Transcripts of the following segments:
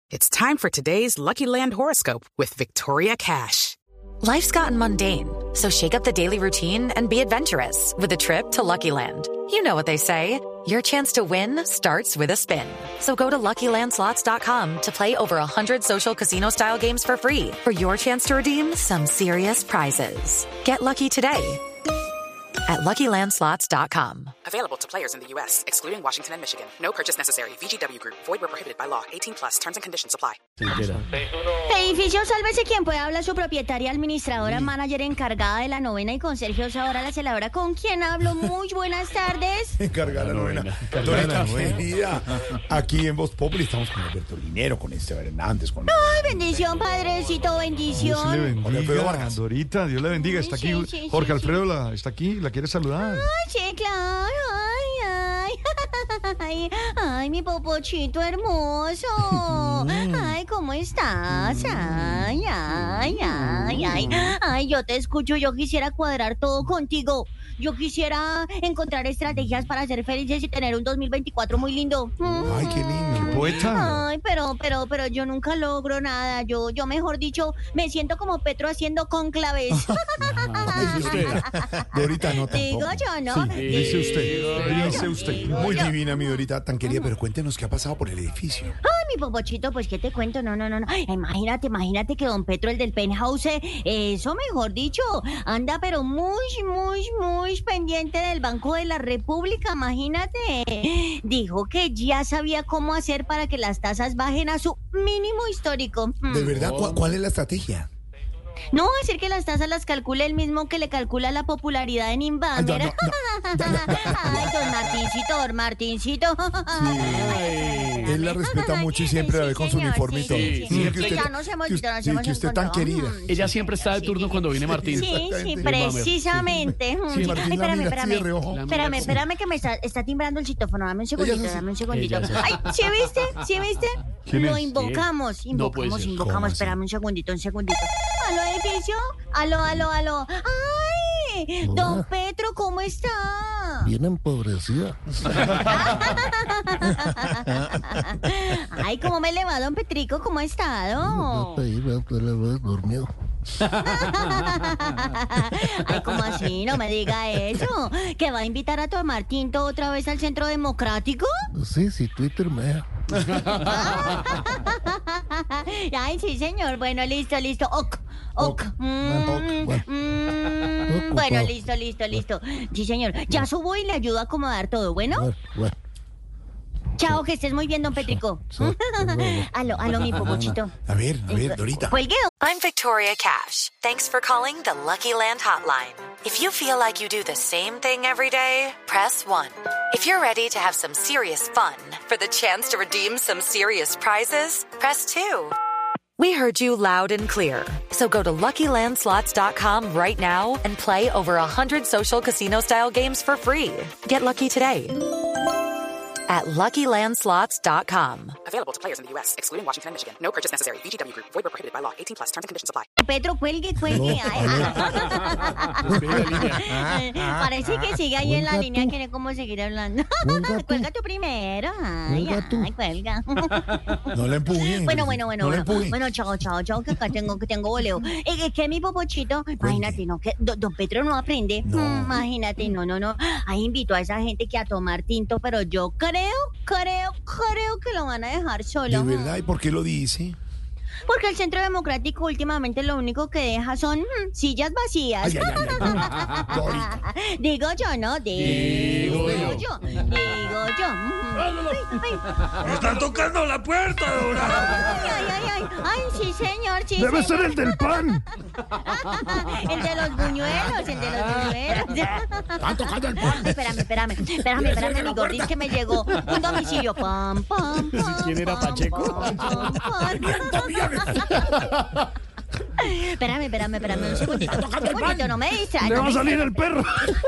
It's time for today's Lucky Land horoscope with Victoria Cash. Life's gotten mundane, so shake up the daily routine and be adventurous with a trip to Lucky Land. You know what they say, your chance to win starts with a spin. So go to LuckyLandSlots.com to play over 100 social casino-style games for free for your chance to redeem some serious prizes. Get lucky today at LuckyLandSlots.com. Available to players in the U.S., excluding Washington and Michigan. No purchase necessary. VGW Group. Void where prohibited by law. 18 plus. Terms and conditions apply. Edificio, sálvese quien pueda hablar, su propietaria, administradora, manager encargada de la novena y con Sergio Sabora, la celadora, con quien hablo. Muy buenas tardes. Encargada de la novena. Dorita, buen día. Aquí en Voz Populi estamos con Alberto Linero, con Esteban Hernández, con... Ay, bendición, padrecito, bendición. Dios le Con Alfredo bendiga, Vargas. Dorita, Dios le bendiga. Está aquí Sí, Jorge sí. Alfredo, está aquí, la quiere saludar. Ay, sí, claro. Ay, mi popochito hermoso. Ay, ¿cómo estás? Ay, yo te escucho, yo quisiera cuadrar todo contigo. Yo quisiera encontrar estrategias para ser felices y tener un 2024 muy lindo. Ay, qué lindo. Poeta. Ay, pero yo nunca logro nada. Yo mejor dicho, me siento como Petro haciendo cónclaves. Dorita, no tampoco. Digo yo, ¿no? Dice usted. Muy divina, mi Dorita, tan querida, pero cuéntenos qué ha pasado por el edificio. Ay, mi popochito, pues, ¿qué te cuento? No. Ay, imagínate que don Petro, el del penthouse, eso mejor dicho, anda pero muy pendiente del Banco de la República, imagínate. Dijo que ya sabía cómo hacer para que las tasas bajen a su mínimo histórico. ¿De verdad? ¿Cuál es la estrategia? No va a decir que las tasas las calcule el mismo que le calcula la popularidad en Inbamer. Ay, don Martincito. Él la respeta mucho y siempre la ve con su uniforme y todo. Sí. Mire Que ya nos hemos visto, nos hemos que usted tan encontrado. querida. Ella siempre está de turno cuando viene Martín. Sí, precisamente. Sí, Martín la mira así de reojo. Espérame que me está timbrando el citófono. Dame un segundito, Ella sí. dame un segundito. Ella sí. Ay, ¿sí viste? ¿Quién Lo es? invocamos. No puede ser. ¿Cómo así? Espérame un segundito. ¿Aló, edificio? Aló. ¡Ay! Don Petro, ¿cómo está? Bien empobrecida. Ay, ¿cómo me le va, don Petrico? ¿Cómo ha estado? Dormido. Ay, ¿cómo así? No me diga eso. ¿Que va a invitar a tomar tinto otra vez al Centro Democrático? Sí, Twitter me deja. Ay, sí, señor. Bueno, listo. Ok. Bueno, listo. Sí, señor. Ya subo y le ayudo a acomodar todo, ¿bueno? Bueno. Chao, que estés muy bien, don Petrico. Aló, mi popochito. A ver, Dorita. Cuelgue. I'm Victoria Cash. Thanks for calling the Lucky Land Hotline. If you feel like you do the same thing every day, press 1. If you're ready to have some serious fun for the chance to redeem some serious prizes, press 2. We heard you loud and clear. So go to LuckyLandSlots.com right now and play over 100 social casino-style games for free. Get lucky today at LuckyLandSlots.com. Available to players in the U.S., excluding Washington and Michigan. No purchase necessary. VGW Group. Void where prohibited by law. 18 plus. Terms and conditions apply. Petro, cuelgue. Ay. Parece que sigue ahí en la Cuelga línea, tú. quiere cómo seguir hablando. Cuelga tú. Cuelga tú primero. Cuelga tú. Cuelga. No la empujen. Bueno. No la empujen. Bueno, chao, que acá tengo voleo. Que mi popochito, imagínate, no, que don Petro no aprende. No. Imagínate, no. Ahí invito a esa gente que a tomar tinto, pero yo creo que lo van a dejar solo. ¿De verdad? ¿Y por qué lo dice? Porque el Centro Democrático últimamente lo único que deja son sillas vacías. Ay. Dorita. Digo yo, ¿no? Digo yo. ¡Me están tocando la puerta, Dora! Ay, sí, señor, sí. Debe señor. ser el del pan. El de los buñuelos. Están tocando el pan. Espérame, mi gordis, que me llegó un domicilio. Pam. ¿Quién era, Pacheco? Pam. Espérame, un segundito, no me distraigas. Le va a salir el perro.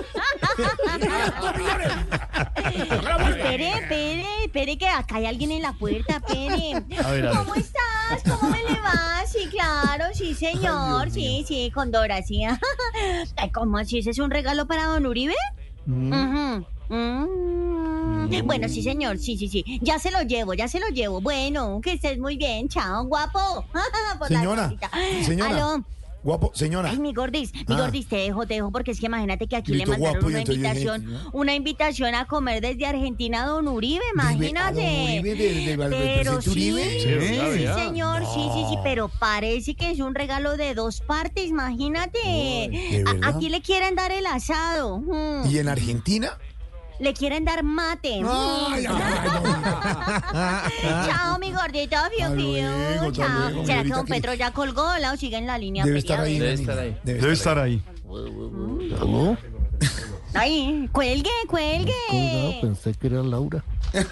Espere, que acá hay alguien en la puerta, espere. A ver. ¿Cómo estás? ¿Cómo me le va? Sí, claro, sí, señor. Sí, con Dora, sí. Ay, ¿cómo así? ¿Ese es un regalo para don Uribe? Bueno, sí, señor, sí. Ya se lo llevo. Bueno, que estés muy bien. Chao, guapo. Por la Señora, cosita. señora. Aló. Guapo, señora. Ay, mi gordis, te dejo, porque es que imagínate que aquí Grito le mandaron guapo y entonces yo dije, una invitación a comer desde Argentina a don Uribe, imagínate. ¿A don Uribe del Pero presidente Uribe? sí, señor, sí, pero parece que es un regalo de 2 partes, imagínate. ¿de verdad? Aquí le quieren dar el asado. ¿Y en Argentina? Le quieren dar mate. Ay, Chao, mi gordito, fiu, Hasta fiu. luego, hasta Chao. luego, ¿Será que señorita, don que- Petro ya colgó o sigue en la línea? Debe estar ahí. peleada? Debe estar ahí. ¿Aló? Ahí, cuelgue. Cuidado, pensé que era Laura.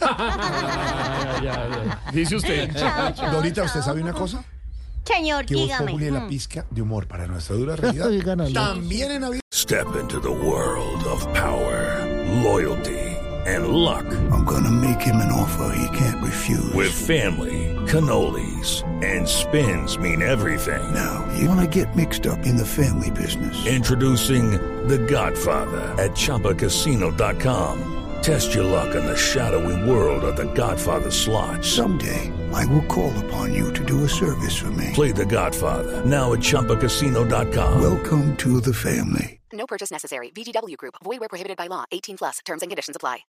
Dice usted. Chao. Dorita, ¿usted chao. sabe una cosa? Señor, Que Voz dígame. Populi es la pizca de humor para nuestra dura realidad. Gánalo. También en Navidad. Step into the world of power, loyalty, and luck. I'm gonna make him an offer he can't refuse. With family, cannolis, and spins mean everything. Now, you wanna get mixed up in the family business. Introducing The Godfather at ChumbaCasino.com. Test your luck in the shadowy world of The Godfather slot. Someday, I will call upon you to do a service for me. Play The Godfather now at ChumbaCasino.com. Welcome to the family. No purchase necessary. VGW Group. Void where prohibited by law. 18 plus. Terms and conditions apply.